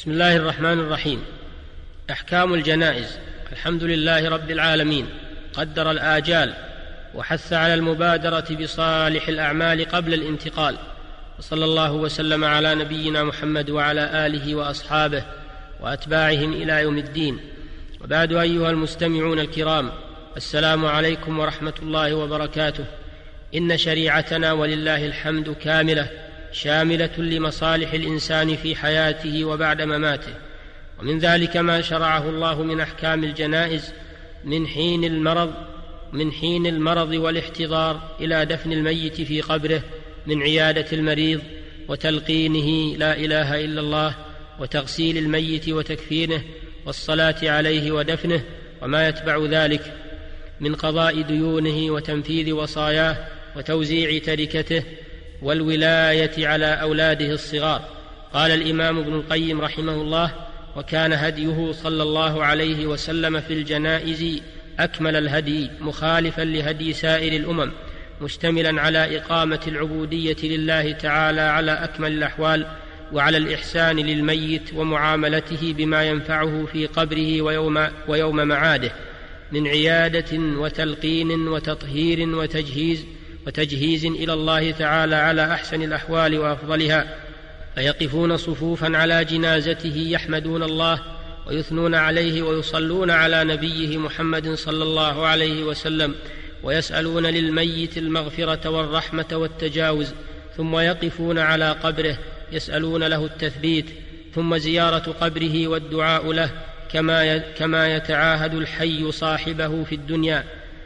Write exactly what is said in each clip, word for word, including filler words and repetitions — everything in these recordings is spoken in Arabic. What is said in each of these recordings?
بسم الله الرحمن الرحيم. أحكام الجنائز. الحمد لله رب العالمين، قدر الآجال وحث على المبادرة بصالح الأعمال قبل الانتقال، وصلى الله وسلم على نبينا محمد وعلى آله وأصحابه وأتباعهم إلى يوم الدين. وبعد، أيها المستمعون الكرام، السلام عليكم ورحمة الله وبركاته. إن شريعتنا ولله الحمد كاملة شاملة لمصالح الإنسان في حياته وبعد مماته، ومن ذلك ما شرعه الله من أحكام الجنائز من حين المرض من حين المرض والاحتضار إلى دفن الميت في قبره، من عيادة المريض وتلقينه لا إله إلا الله، وتغسيل الميت وتكفينه، والصلاة عليه ودفنه، وما يتبع ذلك من قضاء ديونه وتنفيذ وصاياه وتوزيع تركته والولاية على أولاده الصغار. قال الإمام ابن القيم رحمه الله: وكان هديه صلى الله عليه وسلم في الجنائز أكمل الهدي، مخالفا لهدي سائر الأمم، مشتملا على إقامة العبودية لله تعالى على أكمل الأحوال، وعلى الإحسان للميت ومعاملته بما ينفعه في قبره ويوم, ويوم معاده، من عيادة وتلقين وتطهير وتجهيز وتجهيز إلى الله تعالى على أحسن الأحوال وأفضلها، فيقفون صفوفا على جنازته يحمدون الله ويثنون عليه ويصلون على نبيه محمد صلى الله عليه وسلم، ويسألون للميت المغفرة والرحمة والتجاوز، ثم يقفون على قبره يسألون له التثبيت، ثم زيارة قبره والدعاء له كما كما يتعاهد الحي صاحبه في الدنيا،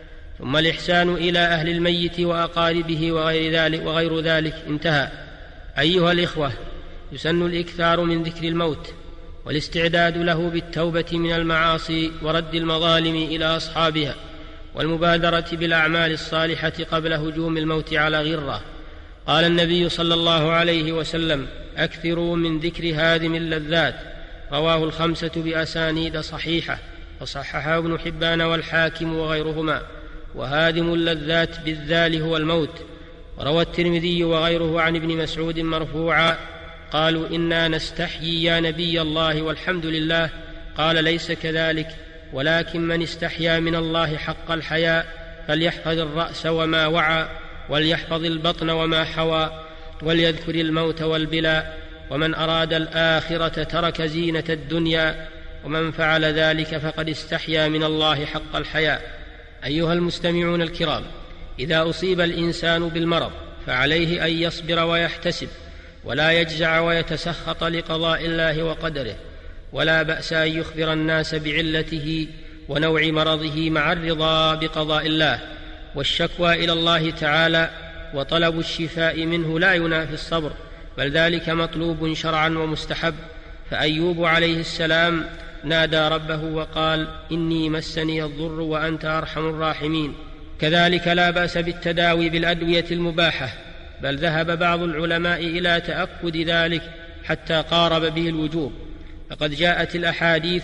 ثم الإحسان إلى أهل الميت وأقاربه وغير ذلك, وغير ذلك انتهى. أيها الإخوة، يسن الإكثار من ذكر الموت والاستعداد له بالتوبة من المعاصي ورد المظالم إلى أصحابها، والمبادرة بالأعمال الصالحة قبل هجوم الموت على غرة. قال النبي صلى الله عليه وسلم: أكثروا من ذكر هادم اللذات. رواه الخمسة بأسانيد صحيحة، وصححه ابن حبان والحاكم وغيرهما. وهادم اللذات بالذال هو الموت. وروى الترمذي وغيره عن ابن مسعود مرفوعا: قالوا: إنا نستحيي يا نبي الله والحمد لله. قال: ليس كذلك، ولكن من استحيا من الله حق الحياء فليحفظ الرأس وما وعى، وليحفظ البطن وما حوى، وليذكر الموت والبلاء. ومن أراد الآخرة ترك زينة الدنيا، ومن فعل ذلك فقد استحيا من الله حق الحياء. أيها المستمعون الكرام، إذا أصيب الإنسان بالمرض فعليه أن يصبر ويحتسب، ولا يجزع ويتسخط لقضاء الله وقدره، ولا بأس أن يخبر الناس بعلته ونوع مرضه مع الرضا بقضاء الله، والشكوى إلى الله تعالى وطلب الشفاء منه لا ينافي الصبر، بل ذلك مطلوب شرعا ومستحب. فأيوب عليه السلام نادى ربه وقال: إني مسني الضر وأنت أرحم الراحمين. كذلك لا بأس بالتداوي بالأدوية المباحة، بل ذهب بعض العلماء إلى تأكد ذلك حتى قارب به الوجوب، فقد جاءت الأحاديث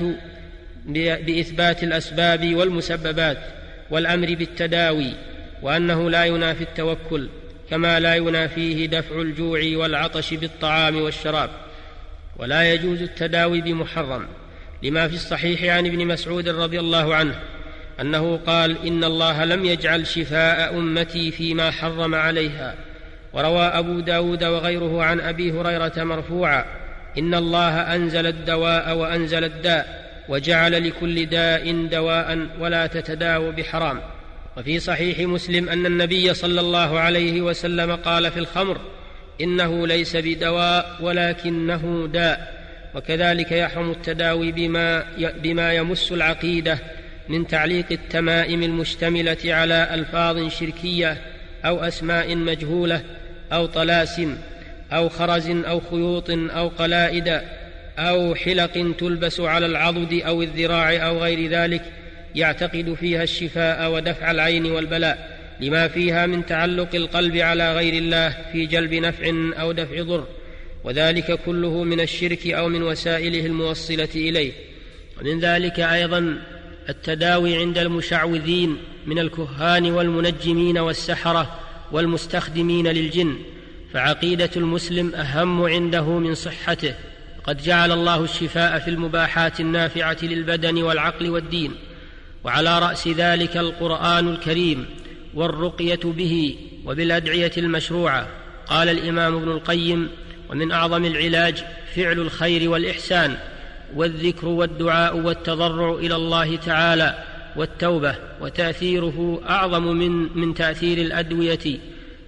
بإثبات الأسباب والمسببات والأمر بالتداوي، وأنه لا ينافي التوكل، كما لا ينافيه دفع الجوع والعطش بالطعام والشراب. ولا يجوز التداوي بمحرم، لما في الصحيح عن ابن مسعود رضي الله عنه أنه قال: إن الله لم يجعل شفاء أمتي فيما حرم عليها. وروى أبو داود وغيره عن أبي هريرة مرفوعا: إن الله أنزل الدواء وأنزل الداء، وجعل لكل داء دواء، ولا تتداو بحرام. وفي صحيح مسلم أن النبي صلى الله عليه وسلم قال في الخمر: إنه ليس بدواء ولكنه داء. وكذلك يحرم التداوي بما, بما يمس العقيدة من تعليق التمائم المشتملة على ألفاظ شركية أو أسماء مجهولة أو طلاسم أو خرز أو خيوط أو قلائد أو حلق تلبس على العضد أو الذراع أو غير ذلك، يعتقد فيها الشفاء ودفع العين والبلاء، لما فيها من تعلق القلب على غير الله في جلب نفع أو دفع ضر، وذلك كله من الشرك أو من وسائله الموصلة إليه. ومن ذلك أيضا التداوي عند المشعوذين من الكهان والمنجمين والسحرة والمستخدمين للجن، فعقيدة المسلم أهم عنده من صحته. وقد جعل الله الشفاء في المباحات النافعة للبدن والعقل والدين، وعلى رأس ذلك القرآن الكريم والرقية به وبالأدعية المشروعة. قال الإمام ابن القيم: ومن أعظم العلاج فعل الخير والإحسان والذكر والدعاء والتضرع إلى الله تعالى والتوبة، وتأثيره أعظم من من تأثير الأدوية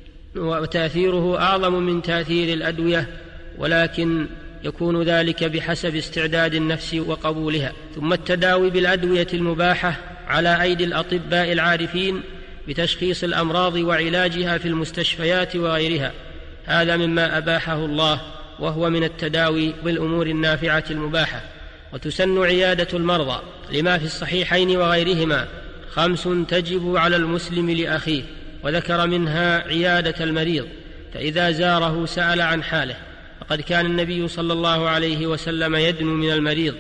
وتأثيره أعظم من تأثير الأدوية، ولكن يكون ذلك بحسب استعداد النفس وقبولها. ثم التداوي بالأدوية المباحة على أيدي الأطباء العارفين بتشخيص الأمراض وعلاجها في المستشفيات وغيرها، هذا مما أباحه الله، وهو من التداوي بالأمور النافعة المباحة. وتسن عيادة المرضى لما في الصحيحين وغيرهما خمس تجب على المسلم لأخيه، وذكر منها عيادة المريض، فإذا زاره سأل عن حاله، فقد كان النبي صلى الله عليه وسلم يدنو من المريض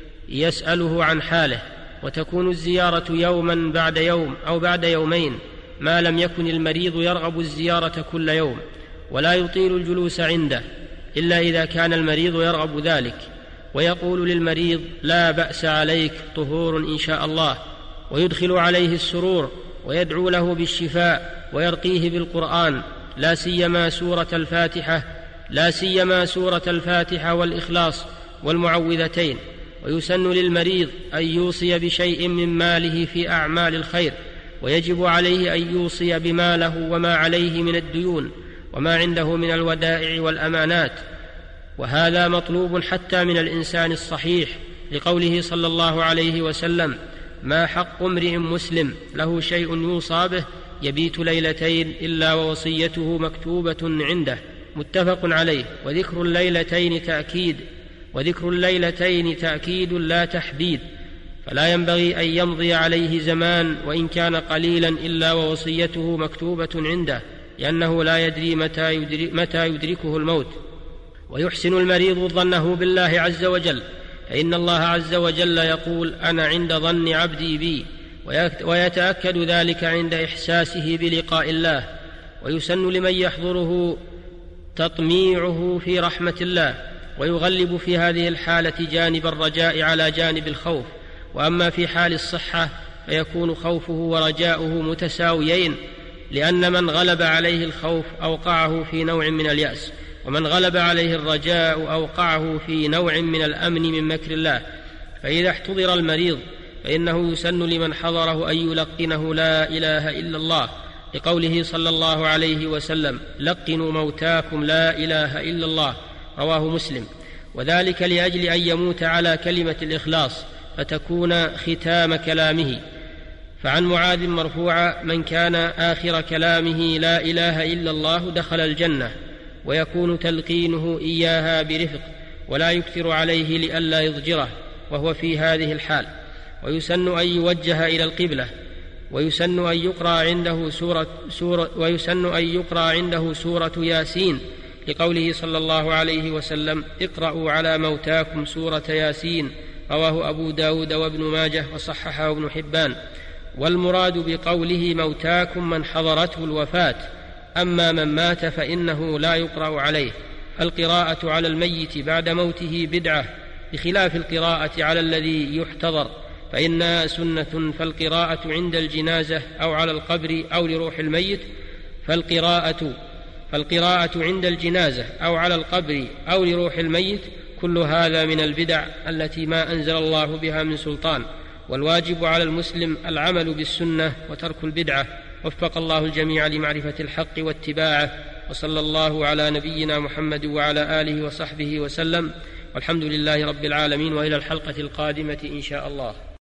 يسأله عن حاله، وتكون الزيارة يوما بعد يوم أو بعد يومين، ما لم يكن المريض يرغب الزيارة كل يوم، ولا يطيل الجلوس عنده إلا إذا كان المريض يرغب ذلك، ويقول للمريض: لا بأس عليك، طهور إن شاء الله، ويدخل عليه السرور، ويدعو له بالشفاء، ويرقيه بالقرآن، لا سيما سورة الفاتحة لا سيما سورة الفاتحة والإخلاص والمعوذتين. ويسن للمريض أن يوصي بشيء من ماله في أعمال الخير، ويجب عليه أن يوصي بما له وما عليه من الديون وما عنده من الودائع والأمانات، وهذا مطلوب حتى من الإنسان الصحيح، لقوله صلى الله عليه وسلم: ما حق امرئ مسلم له شيء يوصى به يبيت ليلتين إلا ووصيته مكتوبة عنده، متفق عليه. وذكر الليلتين تأكيد وذكر الليلتين تأكيد لا تحديد، فلا ينبغي أن يمضي عليه زمان وإن كان قليلا إلا ووصيته مكتوبة عنده، لأنه لا يدري متى, يدري متى يدركه الموت. ويحسن المريض ظنه بالله عز وجل، فإن الله عز وجل يقول: أنا عند ظن عبدي بي، ويتأكد ذلك عند إحساسه بلقاء الله. ويسن لمن يحضره تطميعه في رحمة الله، ويغلب في هذه الحالة جانب الرجاء على جانب الخوف. وأما في حال الصحة فيكون خوفه ورجاؤه متساويين، لأن من غلب عليه الخوف أوقعه في نوع من اليأس، ومن غلب عليه الرجاء أوقعه في نوع من الأمن من مكر الله. فإذا احتضر المريض فإنه يسن لمن حضره أن يلقنه لا إله إلا الله، لقوله صلى الله عليه وسلم: لقنوا موتاكم لا إله إلا الله، رواه مسلم. وذلك لأجل أن يموت على كلمة الإخلاص فتكون ختام كلامه. فعن معاذ مرفوعا: من كان آخر كلامه لا إله إلا الله دخل الجنة، ويكون تلقينه إياها برفق، ولا يكثر عليه لئلا يضجره وهو في هذه الحال. ويسن أن يوجه إلى القبلة، ويسن أن يقرأ عنده سورة, سورة, ويسن أن يقرأ عنده سورة ياسين، لقوله صلى الله عليه وسلم: اقرأوا على موتاكم سورة ياسين، رواه أبو داود وابن ماجه وصححه ابن حبان. والمراد بقوله موتاكم من حضرته الوفاة، أما من مات فإنه لا يقرأ عليه. القراءة على الميت بعد موته بدعة، بخلاف القراءة على الذي يحتضر، فإنها سنة. فالقراءة عند الجنازة أو على القبر أو لروح الميت فالقراءة فالقراءة عند الجنازة أو على القبر أو لروح الميت كل هذا من البدع التي ما أنزل الله بها من سلطان. والواجب على المسلم العمل بالسنة وترك البدعة. وفق الله الجميع لمعرفة الحق واتباعه، وصلى الله على نبينا محمد وعلى آله وصحبه وسلم، والحمد لله رب العالمين، وإلى الحلقة القادمة إن شاء الله.